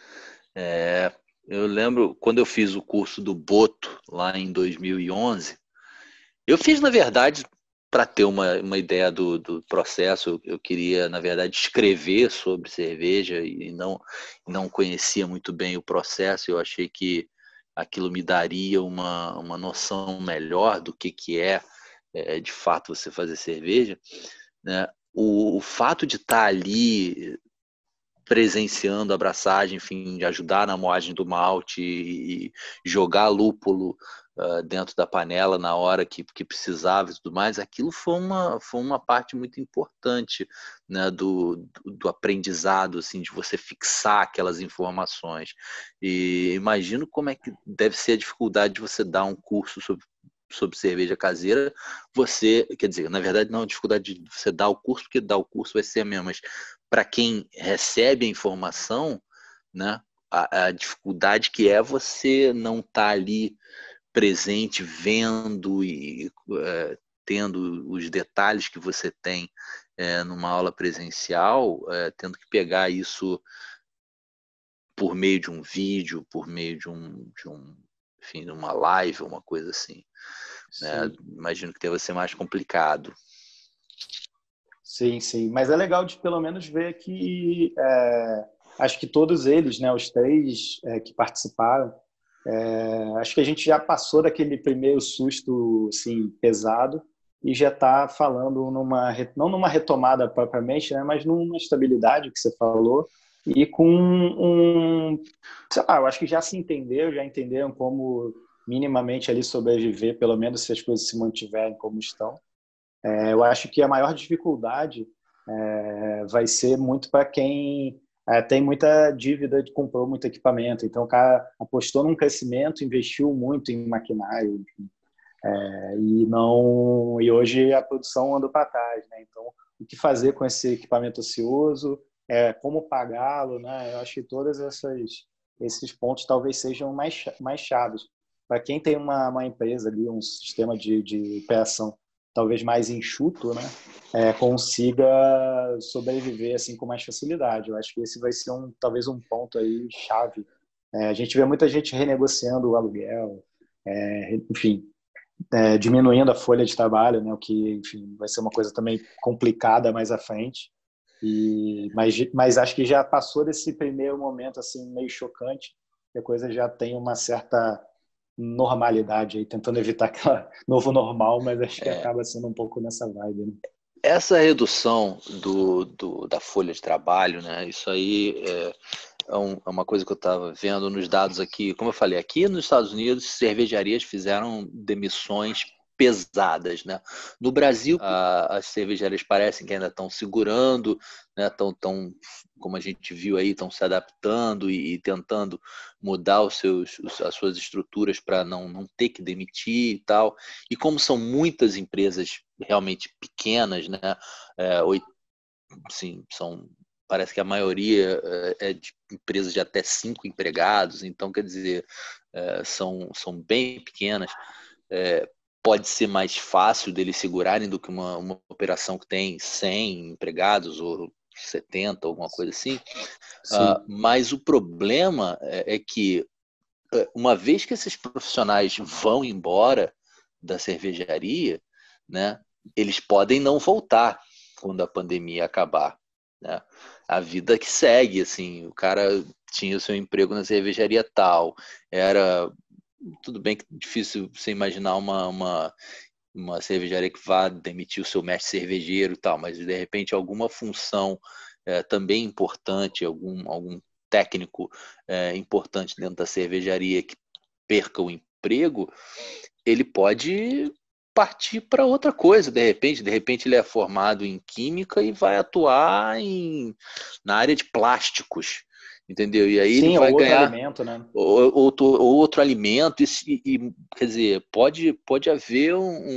Eu lembro quando eu fiz o curso do Boto lá em 2011. Eu fiz, na verdade, para ter uma ideia do processo. Eu queria, na verdade, escrever sobre cerveja e não conhecia muito bem o processo. Eu achei que aquilo me daria uma noção melhor do que é de fato você fazer cerveja, né? O fato de estar ali presenciando a abraçagem, enfim, de ajudar na moagem do malte e jogar lúpulo dentro da panela na hora que precisava e tudo mais, aquilo foi uma parte muito importante, né, do aprendizado, assim, de você fixar aquelas informações. E imagino como é que deve ser a dificuldade de você dar um curso sobre cerveja caseira, quer dizer, na verdade não é a dificuldade de você dar o curso, porque dar o curso vai ser a mesma, mas para quem recebe a informação, né, a dificuldade que é você não estar ali presente, vendo e tendo os detalhes que você tem numa aula presencial, tendo que pegar isso por meio de um vídeo, por meio enfim, de uma live, uma coisa assim. Né? Imagino que deva ser mais complicado. Sim, sim. Mas é legal de pelo menos ver que acho que todos eles, né, os três que participaram, acho que a gente já passou daquele primeiro susto assim, pesado e já está falando não numa retomada propriamente, né, mas numa estabilidade que você falou e com sei lá, eu acho que já entenderam como minimamente ali sobreviver, pelo menos se as coisas se mantiverem como estão. Eu acho que a maior dificuldade vai ser muito para quem tem muita dívida, comprou muito equipamento. Então, o cara apostou num crescimento, investiu muito em maquinário, e hoje a produção andou para trás, né? Então, o que fazer com esse equipamento ocioso? Como pagá-lo, né? Eu acho que todos esses pontos talvez sejam mais chaves. Para quem tem uma empresa ali, um sistema de operação talvez mais enxuto, né, consiga sobreviver assim com mais facilidade. Eu acho que esse vai ser talvez um ponto aí chave. A gente vê muita gente renegociando o aluguel, enfim, diminuindo a folha de trabalho, né, o que, enfim, vai ser uma coisa também complicada mais à frente. Mas acho que já passou desse primeiro momento assim meio chocante, que a coisa já tem uma certa normalidade aí, tentando evitar aquela novo normal, mas acho que acaba sendo um pouco nessa vibe, né? Essa redução da folha de trabalho, né? Isso aí é uma coisa que eu estava vendo nos dados aqui. Como eu falei, aqui nos Estados Unidos, cervejarias fizeram demissões pesadas, né? No Brasil, as cervejarias parecem que ainda estão segurando, né? Estão, como a gente viu aí, estão se adaptando e tentando mudar as suas estruturas para não ter que demitir e tal. E como são muitas empresas realmente pequenas, né? Sim, parece que a maioria é de empresas de até 5 empregados, então, quer dizer, são bem pequenas. Pode ser mais fácil deles segurarem do que uma operação que tem 100 empregados ou 70, alguma coisa assim. Mas o problema é que, uma vez que esses profissionais vão embora da cervejaria, né, eles podem não voltar quando a pandemia acabar, né? A vida que segue, assim, o cara tinha o seu emprego na cervejaria tal, tudo bem que é difícil você imaginar uma cervejaria que vá demitir o seu mestre cervejeiro e tal, mas de repente alguma função também importante, algum técnico importante dentro da cervejaria que perca o emprego, ele pode partir para outra coisa, de repente ele é formado em química e vai atuar na área de plásticos, entendeu? E aí ele vai ganhar alimento, né? outro alimento, e quer dizer, pode haver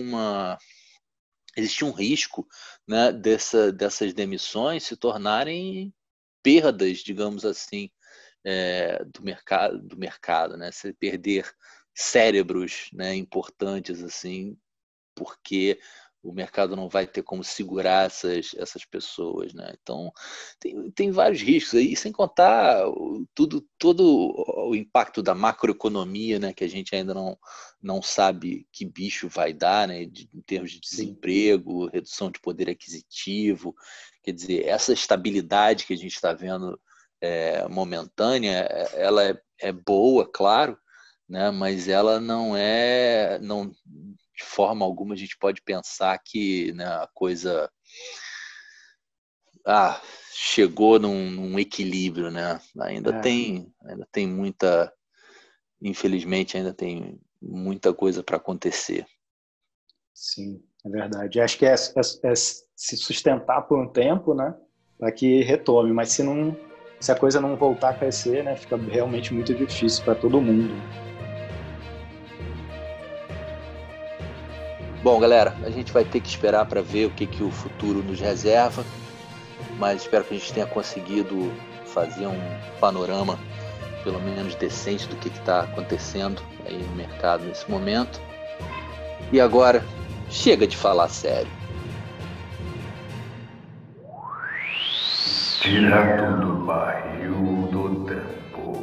existe um risco, né, dessas demissões se tornarem perdas, digamos assim, do mercado, né? Se perder cérebros, né, importantes assim, porque o mercado não vai ter como segurar essas pessoas, né? Então, tem vários riscos aí, sem contar todo o impacto da macroeconomia, né? Que a gente ainda não sabe que bicho vai dar, né? Em termos de desemprego, redução de poder aquisitivo. Quer dizer, essa estabilidade que a gente está vendo momentânea, ela é boa, claro, né? Mas ela não de forma alguma a gente pode pensar que, né, a coisa chegou num equilíbrio, né? Ainda tem muita, infelizmente, ainda tem muita coisa para acontecer. Sim, é verdade. Acho que é se sustentar por um tempo, né, para que retome. Mas se a coisa não voltar a crescer, né, fica realmente muito difícil para todo mundo. Bom, galera, a gente vai ter que esperar para ver o que o futuro nos reserva, mas espero que a gente tenha conseguido fazer um panorama, pelo menos decente, do que está acontecendo aí no mercado nesse momento. E agora, chega de falar sério. Direto do barril do tempo.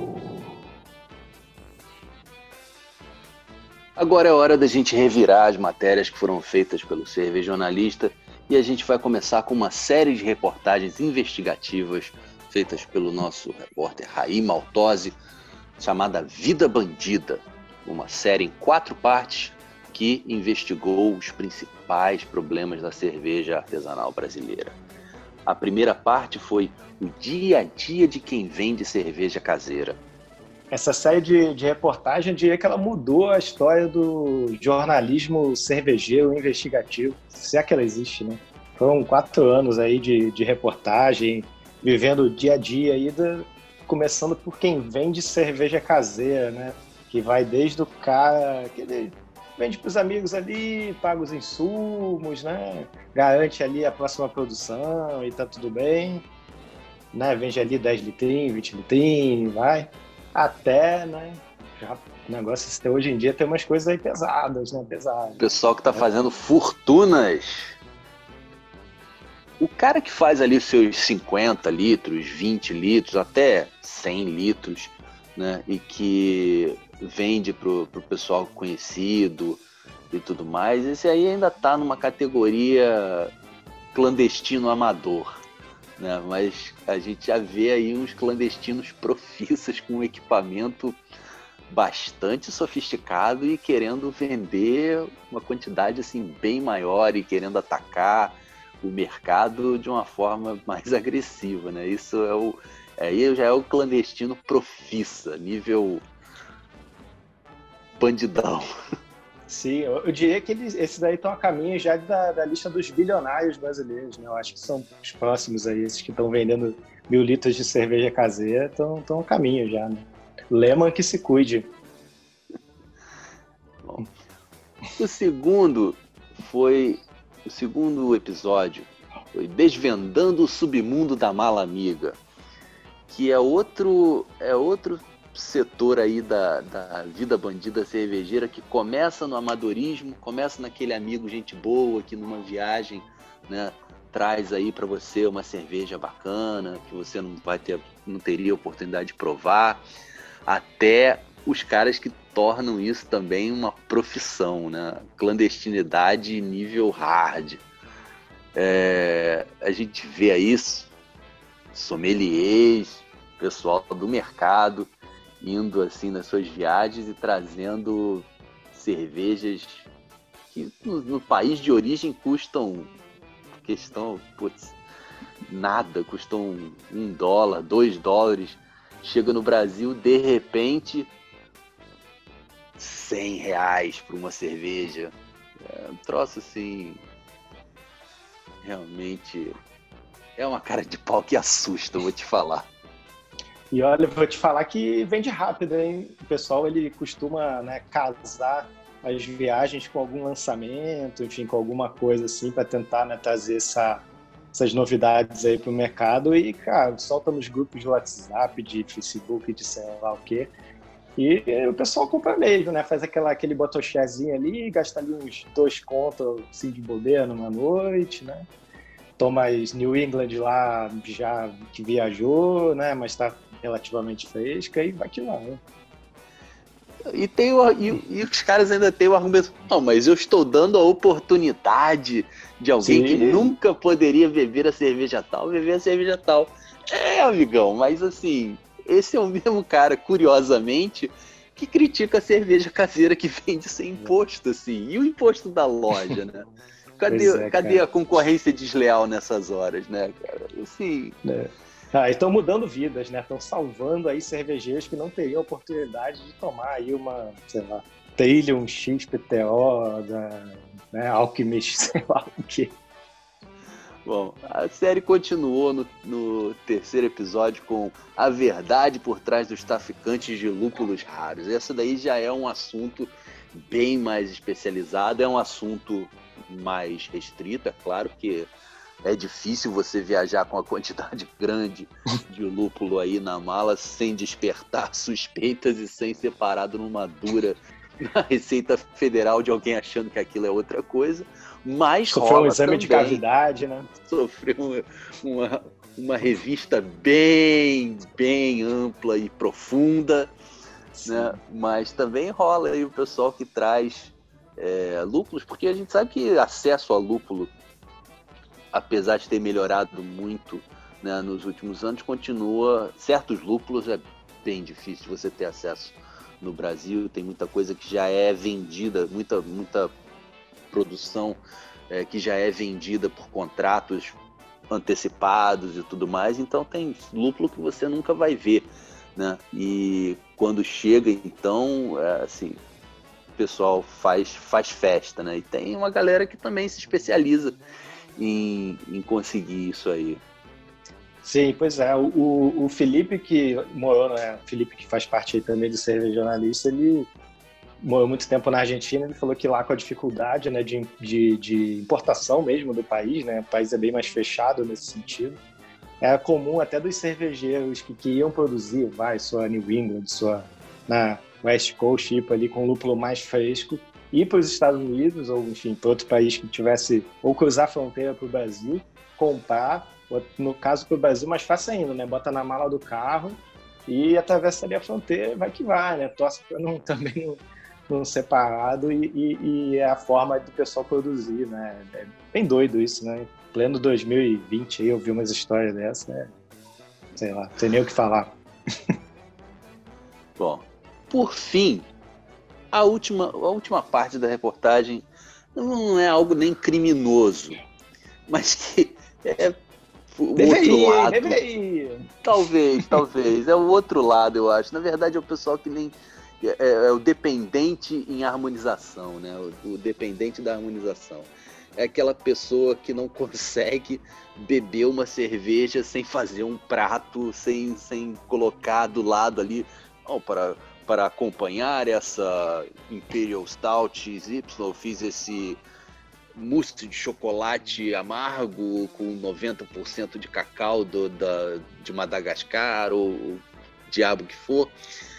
Agora é hora da gente revirar as matérias que foram feitas pelo Cervejonalista e a gente vai começar com uma série de reportagens investigativas feitas pelo nosso repórter Raí Maltose, chamada Vida Bandida, uma série em 4 partes que investigou os principais problemas da cerveja artesanal brasileira. A primeira parte foi o dia a dia de quem vende cerveja caseira. Essa série de reportagem, eu diria que ela mudou a história do jornalismo cervejeiro investigativo, se é que ela existe, né? Foram 4 anos aí de reportagem, vivendo o dia a dia aí, começando por quem vende cerveja caseira, né? Que vai desde o cara que ele vende para os amigos ali, paga os insumos, né? Garante ali a próxima produção e tá tudo bem, né? Vende ali 10 litrinhos, 20 litrinhos, vai. Até, né? Já, o negócio hoje em dia tem umas coisas aí pesadas, né? Pesadas. O pessoal que tá fazendo fortunas. O cara que faz ali os seus 50 litros, 20 litros, até 100 litros, né? E que vende pro pessoal conhecido e tudo mais, esse aí ainda tá numa categoria clandestino amador. Né? Mas a gente já vê aí uns clandestinos profissas com um equipamento bastante sofisticado e querendo vender uma quantidade assim bem maior e querendo atacar o mercado de uma forma mais agressiva, né? Isso aí já é o clandestino profissa, nível bandidão. Sim, eu diria que esses daí estão a caminho já da lista dos bilionários brasileiros, né? Eu acho que são os próximos aí, esses que estão vendendo 1.000 litros de cerveja caseira, estão a caminho já, né? Lehman que se cuide. Bom, o segundo episódio foi Desvendando o Submundo da Mala Amiga, que é outro setor aí da vida bandida cervejeira que começa no amadorismo, começa naquele amigo gente boa que numa viagem, né, traz aí para você uma cerveja bacana que você não teria oportunidade de provar, até os caras que tornam isso também uma profissão, né? Clandestinidade nível hard. A gente vê isso, sommeliers, pessoal do mercado indo assim nas suas viagens e trazendo cervejas que no país de origem custam nada, custam $1, $2, chega no Brasil, de repente R$100 por uma cerveja. É um troço assim, realmente é uma cara de pau que assusta, eu vou te falar. E olha, vou te falar que vende rápido, hein? O pessoal, ele costuma, né, casar as viagens com algum lançamento, enfim, com alguma coisa assim, para tentar, né, trazer essas novidades aí pro mercado. E, cara, solta nos grupos de WhatsApp, de Facebook, de sei lá o quê. E o pessoal compra mesmo, né? Faz aquele botochezinho ali, gasta ali uns 2 contos assim, de bobeira numa noite, né? Toma as New England lá, já que viajou, né? Mas tá relativamente fresca e vai que lá, né? E os caras ainda têm o argumento, não, mas eu estou dando a oportunidade de alguém que nunca poderia beber a cerveja tal. Amigão, mas assim, esse é o mesmo cara, curiosamente, que critica a cerveja caseira que vende sem imposto, assim. E o imposto da loja, né? Cadê a concorrência desleal nessas horas, né, cara? Assim... Estão mudando vidas, né? Estão salvando aí cervejeiros que não teriam oportunidade de tomar aí uma, sei lá, Trillium XPTO, né? Alchemist, sei lá o quê. Bom, a série continuou no terceiro episódio com a verdade por trás dos traficantes de lúpulos raros. Essa daí já é um assunto bem mais especializado, é um assunto mais restrito, é claro que é difícil você viajar com a quantidade grande de lúpulo aí na mala sem despertar suspeitas e sem ser parado numa dura na Receita Federal de alguém achando que aquilo é outra coisa. Mas sofreu um exame de cavidade, né? Sofreu uma revista bem ampla e profunda. né? Mas também rola aí o pessoal que traz lúpulos, porque a gente sabe que acesso a lúpulo, apesar de ter melhorado muito, né, nos últimos anos, continua. Certos lúpulos é bem difícil você ter acesso no Brasil, tem muita coisa que já é vendida, muita produção que já é vendida por contratos antecipados e tudo mais, então tem lúpulo que você nunca vai ver, né? E quando chega, então, assim, o pessoal faz festa, né? E tem uma galera que também se especializa em conseguir isso aí. Sim, pois é. O Felipe que morou, né? O Felipe que faz parte aí também do Cerveja Jornalista, ele morou muito tempo na Argentina. Ele falou que lá com a dificuldade, né, de importação mesmo do país, né? O país é bem mais fechado nesse sentido. Era comum até dos cervejeiros que iam produzir, sua New England, sua na West Coast, tipo ali com lúpulo mais fresco, ir para os Estados Unidos ou, enfim, para outro país que tivesse, ou cruzar a fronteira para o Brasil, comprar. No caso para o Brasil, mais fácil ainda, né? Bota na mala do carro e atravessa ali a fronteira, vai que vai, né? Torce para também não ser parado e é a forma do pessoal produzir, né? É bem doido isso, né? Em pleno 2020 aí eu vi umas histórias dessas, né? Sei lá, não tem nem o que falar. Bom, por fim, a última parte da reportagem não é algo nem criminoso, mas que é o outro lado. Talvez. É o outro lado, eu acho. Na verdade, é o pessoal que nem... É o dependente em harmonização, né? O dependente da harmonização. É aquela pessoa que não consegue beber uma cerveja sem fazer um prato, sem colocar do lado ali... Para acompanhar essa Imperial Stout XY, eu fiz esse mousse de chocolate amargo com 90% de cacau de Madagascar ou o diabo que for.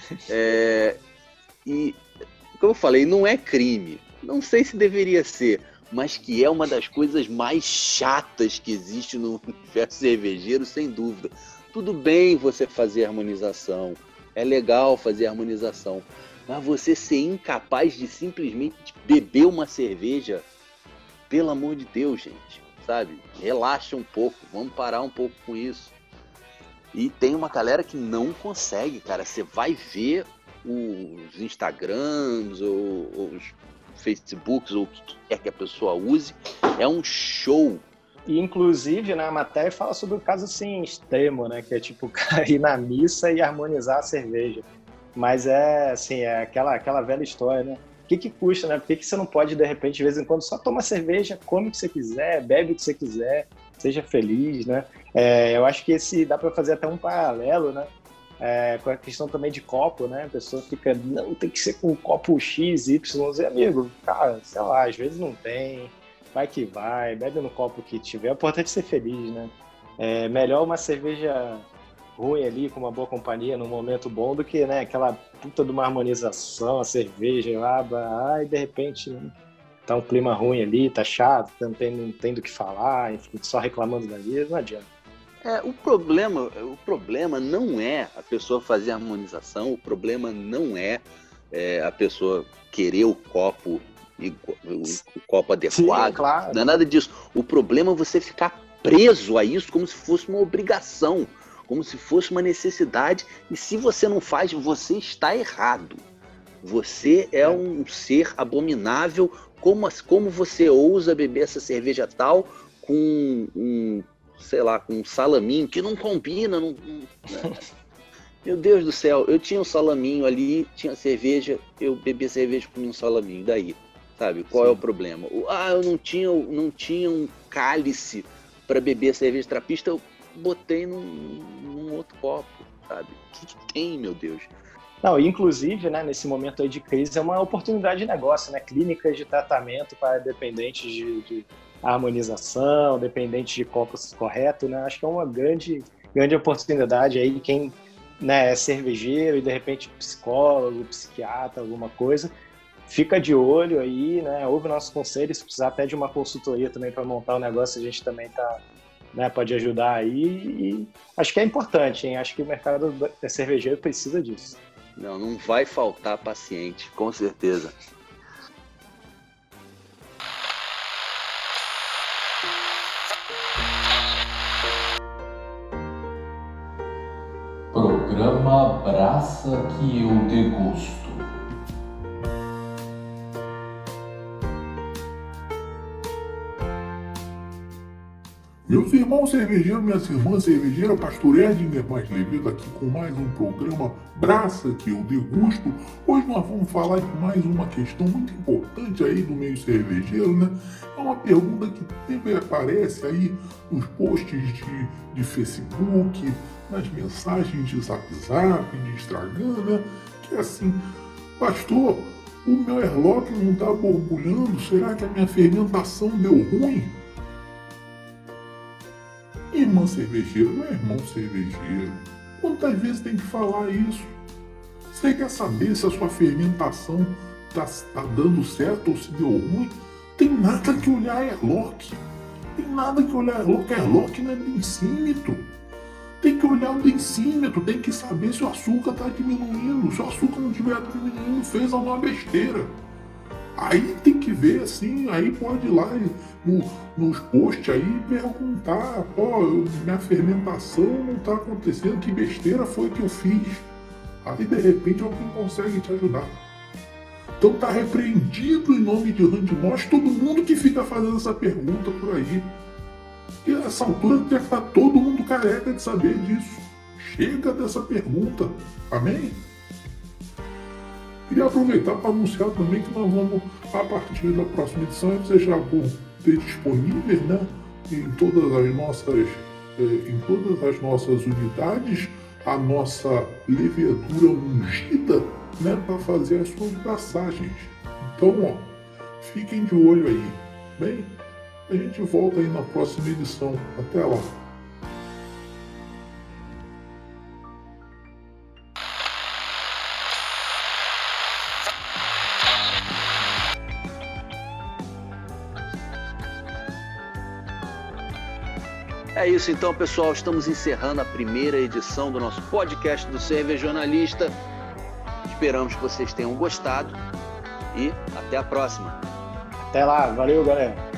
E, como eu falei, não é crime. Não sei se deveria ser, mas que é uma das coisas mais chatas que existe no universo cervejeiro, sem dúvida. Tudo bem você fazer harmonização, é legal fazer harmonização, mas você ser incapaz de simplesmente beber uma cerveja, pelo amor de Deus, gente, sabe? Relaxa um pouco, vamos parar um pouco com isso. E tem uma galera que não consegue, cara. Você vai ver os Instagrams ou os Facebooks ou o que quer que a pessoa use, é um show. E, inclusive, né, a matéria fala sobre o caso assim, extremo, né? Que é tipo ir na missa e harmonizar a cerveja. Mas é assim, é aquela velha história, né? O que custa, né? Por que você não pode, de repente, de vez em quando, só tomar cerveja, come o que você quiser, bebe o que você quiser, seja feliz, né? Eu acho que dá para fazer até um paralelo, né? Com a questão também de copo, né? A pessoa fica, não, tem que ser com um copo X, Y, Z, amigo, cara, sei lá, às vezes não tem, vai que vai, bebe no copo que tiver, o importante é ser feliz, né? Melhor uma cerveja ruim ali, com uma boa companhia, num momento bom, do que, né, aquela puta de uma harmonização, a cerveja lá, e de repente tá um clima ruim ali, tá chato, não tem do que falar, enfim, só reclamando da vida, não adianta. O problema não é a pessoa fazer harmonização, o problema não é a pessoa querer o copo adequado. Sim, claro. Não é nada disso. O problema é você ficar preso a isso como se fosse uma obrigação, como se fosse uma necessidade, e se você não faz, você está errado. Você é um ser abominável. Como você ousa beber essa cerveja tal com com um salaminho que não combina? Meu Deus do céu, eu tinha um salaminho ali, tinha cerveja, eu bebia cerveja com um salaminho, daí, sabe? Qual é o problema? Eu não tinha um cálice para beber a cerveja trapista, eu botei num outro copo, sabe? O que tem, meu Deus? Não, inclusive, né, nesse momento aí de crise, é uma oportunidade de negócio, né? Clínicas de tratamento para dependentes de harmonização, dependentes de copos correto, né? Acho que é uma grande oportunidade aí, quem, né, é cervejeiro e de repente psicólogo, psiquiatra, alguma coisa, fica de olho aí, né? Ouve nossos conselhos, se precisar até de uma consultoria também para montar o negócio, a gente também pode ajudar aí, e acho que é importante, hein? Acho que o mercado cervejeiro precisa disso. Não vai faltar paciente, com certeza. Programa Braça que eu degusto. Meus irmãos cervejeiros, minhas irmãs cervejeiras, Pastor Edinger mais Levita aqui com mais um programa Braça que eu degusto. Hoje nós vamos falar de mais uma questão muito importante aí do meio cervejeiro, né? É uma pergunta que sempre aparece aí nos posts de Facebook, nas mensagens de Zap, de Instagram, né? Que é assim, pastor, o meu airlock não está borbulhando, será que a minha fermentação deu ruim? Irmã cervejeiro, não é irmão cervejeiro. Quantas vezes tem que falar isso? Você quer saber se a sua fermentação tá dando certo ou se deu ruim? Tem nada que olhar airlock. Tem nada que olhar airlock. Airlock não é densímetro. Tem que olhar o densímetro, tem que saber se o açúcar está diminuindo. Se o açúcar não estiver diminuindo, fez alguma besteira. Aí tem que ver assim, aí pode ir lá nos posts aí e perguntar, minha fermentação não está acontecendo, que besteira foi que eu fiz? Aí de repente alguém consegue te ajudar. Então tá repreendido em nome de Randimós todo mundo que fica fazendo essa pergunta por aí. E nessa altura deve estar todo mundo careca de saber disso. Chega dessa pergunta, amém? Queria aproveitar para anunciar também que nós vamos, a partir da próxima edição, vocês já vão ter disponíveis, né, em todas as nossas unidades, a nossa levedura ungida, né, para fazer as suas braçagens. Então, fiquem de olho aí, bem? A gente volta aí na próxima edição. Até lá! É isso então, pessoal. Estamos encerrando a primeira edição do nosso podcast do Cervejonalista. Esperamos que vocês tenham gostado e até a próxima. Até lá, valeu, galera.